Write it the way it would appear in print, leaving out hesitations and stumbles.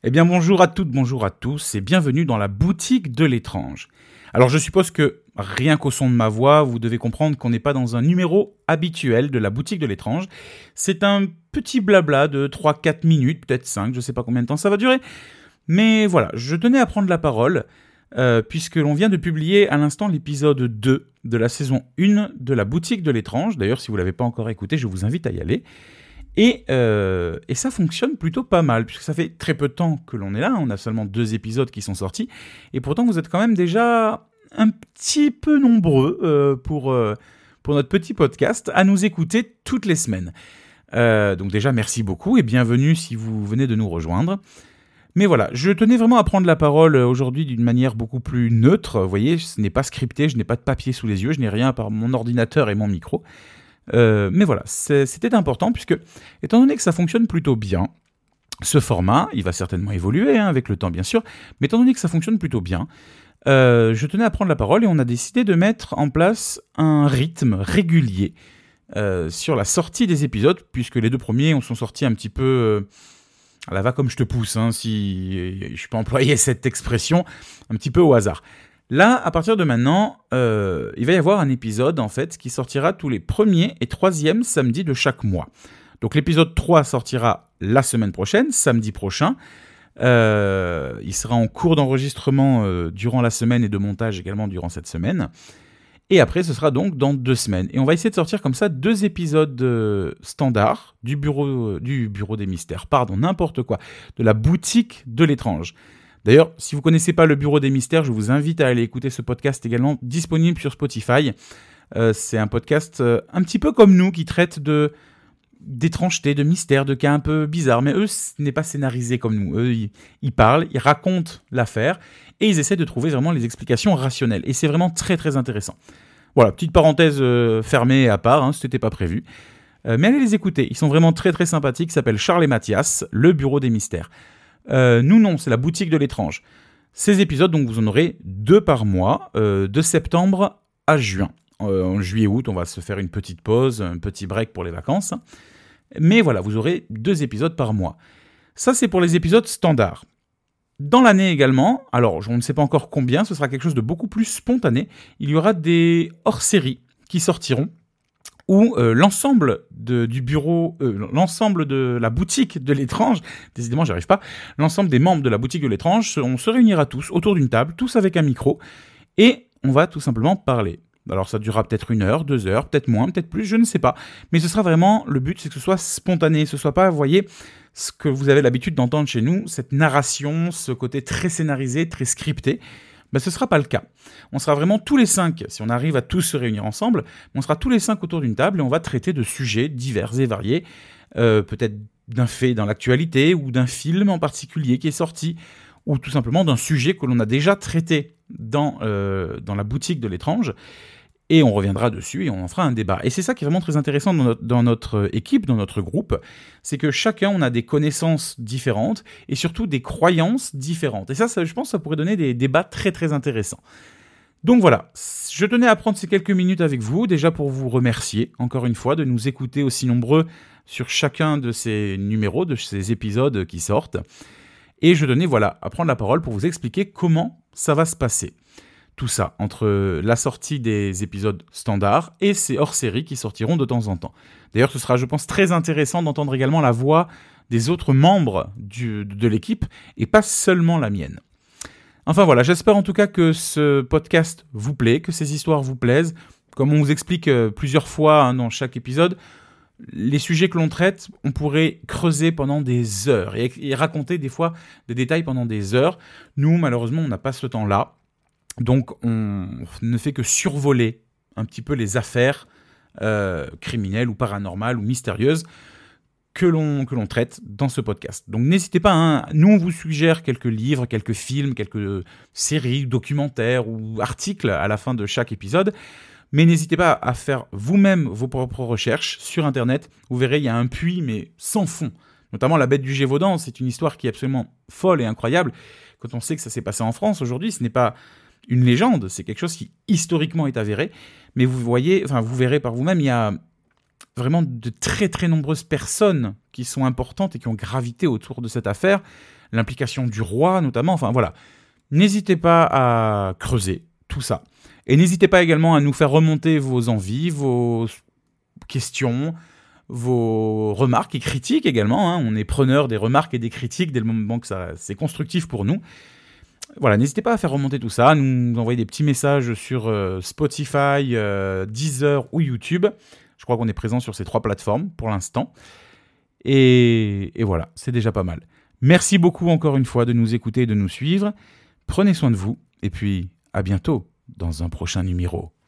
Eh bien bonjour à toutes, bonjour à tous et bienvenue dans la boutique de l'étrange. Alors je suppose que rien qu'au son de ma voix, vous devez comprendre qu'on n'est pas dans un numéro habituel de la boutique de l'étrange. C'est un petit blabla de 3-4 minutes, peut-être 5, je ne sais pas combien de temps ça va durer. Mais voilà, je tenais à prendre la parole puisque l'on vient de publier à l'instant l'épisode 2 de la saison 1 de la boutique de l'étrange. D'ailleurs si vous ne l'avez pas encore écouté, je vous invite à y aller. Et ça fonctionne plutôt pas mal, puisque ça fait très peu de temps que l'on est là, on a seulement 2 épisodes qui sont sortis, et pourtant vous êtes quand même déjà un petit peu nombreux pour notre petit podcast à nous écouter toutes les semaines. Donc déjà merci beaucoup et bienvenue si vous venez de nous rejoindre. Mais voilà, je tenais vraiment à prendre la parole aujourd'hui d'une manière beaucoup plus neutre. Vous voyez, ce n'est pas scripté, je n'ai pas de papier sous les yeux, je n'ai rien à part mon ordinateur et mon micro. Mais voilà, c'était important puisque, étant donné que ça fonctionne plutôt bien, ce format, il va certainement évoluer avec le temps bien sûr, mais étant donné que ça fonctionne plutôt bien, je tenais à prendre la parole et on a décidé de mettre en place un rythme régulier sur la sortie des épisodes, puisque les 2 premiers sont sortis un petit peu à la va comme je te pousse, si je peux employer cette expression, un petit peu au hasard. Là, à partir de maintenant, il va y avoir un épisode en fait qui sortira tous les 1er et 3e samedis de chaque mois. Donc l'épisode 3 sortira la semaine prochaine, samedi prochain. Il sera en cours d'enregistrement durant la semaine et de montage également durant cette semaine. Et après, ce sera donc dans 2 semaines. Et on va essayer de sortir comme ça 2 épisodes standards du bureau des mystères, n'importe quoi, de la boutique de l'étrange. D'ailleurs, si vous ne connaissez pas le Bureau des Mystères, je vous invite à aller écouter ce podcast également disponible sur Spotify. C'est un podcast un petit peu comme nous qui traite d'étrangetés, de mystères, de cas un peu bizarres. Mais eux, ce n'est pas scénarisé comme nous. Eux, ils parlent, ils racontent l'affaire et ils essaient de trouver vraiment les explications rationnelles. Et c'est vraiment très très intéressant. Voilà, petite parenthèse fermée à part, ce n'était pas prévu. Mais allez les écouter, ils sont vraiment très très sympathiques. Ils s'appellent Charles et Mathias, le Bureau des Mystères. Nous non, c'est la boutique de l'étrange. Ces épisodes, donc vous en aurez 2 par mois, de septembre à juin. En juillet-août, on va se faire une petite pause, un petit break pour les vacances. Mais voilà, vous aurez 2 épisodes par mois. Ça, c'est pour les épisodes standards. Dans l'année également, alors je ne sais pas encore combien, ce sera quelque chose de beaucoup plus spontané. Il y aura des hors-séries qui sortiront, où l'ensemble du bureau, l'ensemble de la boutique de l'étrange, décidément j'y arrive pas, l'ensemble des membres de la boutique de l'étrange, on se réunira tous autour d'une table, tous avec un micro, et on va tout simplement parler. Alors ça durera peut-être 1 heure, 2 heures, peut-être moins, peut-être plus, je ne sais pas. Mais ce sera vraiment, le but c'est que ce soit spontané, ce soit pas, vous voyez, ce que vous avez l'habitude d'entendre chez nous, cette narration, ce côté très scénarisé, très scripté. Ce ne sera pas le cas. On sera vraiment tous les 5, si on arrive à tous se réunir ensemble, on sera tous les 5 autour d'une table et on va traiter de sujets divers et variés, peut-être d'un fait dans l'actualité ou d'un film en particulier qui est sorti, ou tout simplement d'un sujet que l'on a déjà traité dans la boutique de l'étrange, et on reviendra dessus et on en fera un débat. Et c'est ça qui est vraiment très intéressant dans notre équipe, dans notre groupe, c'est que chacun, on a des connaissances différentes et surtout des croyances différentes. Et ça je pense que ça pourrait donner des débats très très intéressants. Donc voilà, je tenais à prendre ces quelques minutes avec vous, déjà pour vous remercier, encore une fois, de nous écouter aussi nombreux sur chacun de ces numéros, de ces épisodes qui sortent. Et je tenais à prendre la parole pour vous expliquer comment ça va se passer. Tout ça, entre la sortie des épisodes standards et ces hors-séries qui sortiront de temps en temps. D'ailleurs, ce sera, je pense, très intéressant d'entendre également la voix des autres membres de l'équipe, et pas seulement la mienne. Enfin voilà, j'espère en tout cas que ce podcast vous plaît, que ces histoires vous plaisent. Comme on vous explique plusieurs fois dans chaque épisode, les sujets que l'on traite, on pourrait creuser pendant des heures et raconter des fois des détails pendant des heures. Nous, malheureusement, on n'a pas ce temps-là. Donc, on ne fait que survoler un petit peu les affaires criminelles ou paranormales ou mystérieuses que l'on traite dans ce podcast. Donc, n'hésitez pas, nous, on vous suggère quelques livres, quelques films, quelques séries, documentaires ou articles à la fin de chaque épisode. Mais n'hésitez pas à faire vous-même vos propres recherches sur Internet. Vous verrez, il y a un puits, mais sans fond. Notamment La Bête du Gévaudan, c'est une histoire qui est absolument folle et incroyable. Quand on sait que ça s'est passé en France aujourd'hui, ce n'est pas une légende, c'est quelque chose qui historiquement est avéré. Mais vous verrez par vous-même, il y a vraiment de très très nombreuses personnes qui sont importantes et qui ont gravité autour de cette affaire. l'implication du roi notamment, enfin voilà. N'hésitez pas à creuser tout ça. Et n'hésitez pas également à nous faire remonter vos envies, vos questions, vos remarques et critiques également. On est preneur des remarques et des critiques dès le moment que c'est constructif pour nous. Voilà, n'hésitez pas à faire remonter tout ça, à nous envoyer des petits messages sur Spotify, Deezer ou YouTube. Je crois qu'on est présent sur ces 3 plateformes pour l'instant. Et voilà, c'est déjà pas mal. Merci beaucoup encore une fois de nous écouter et de nous suivre. Prenez soin de vous et puis à bientôt dans un prochain numéro.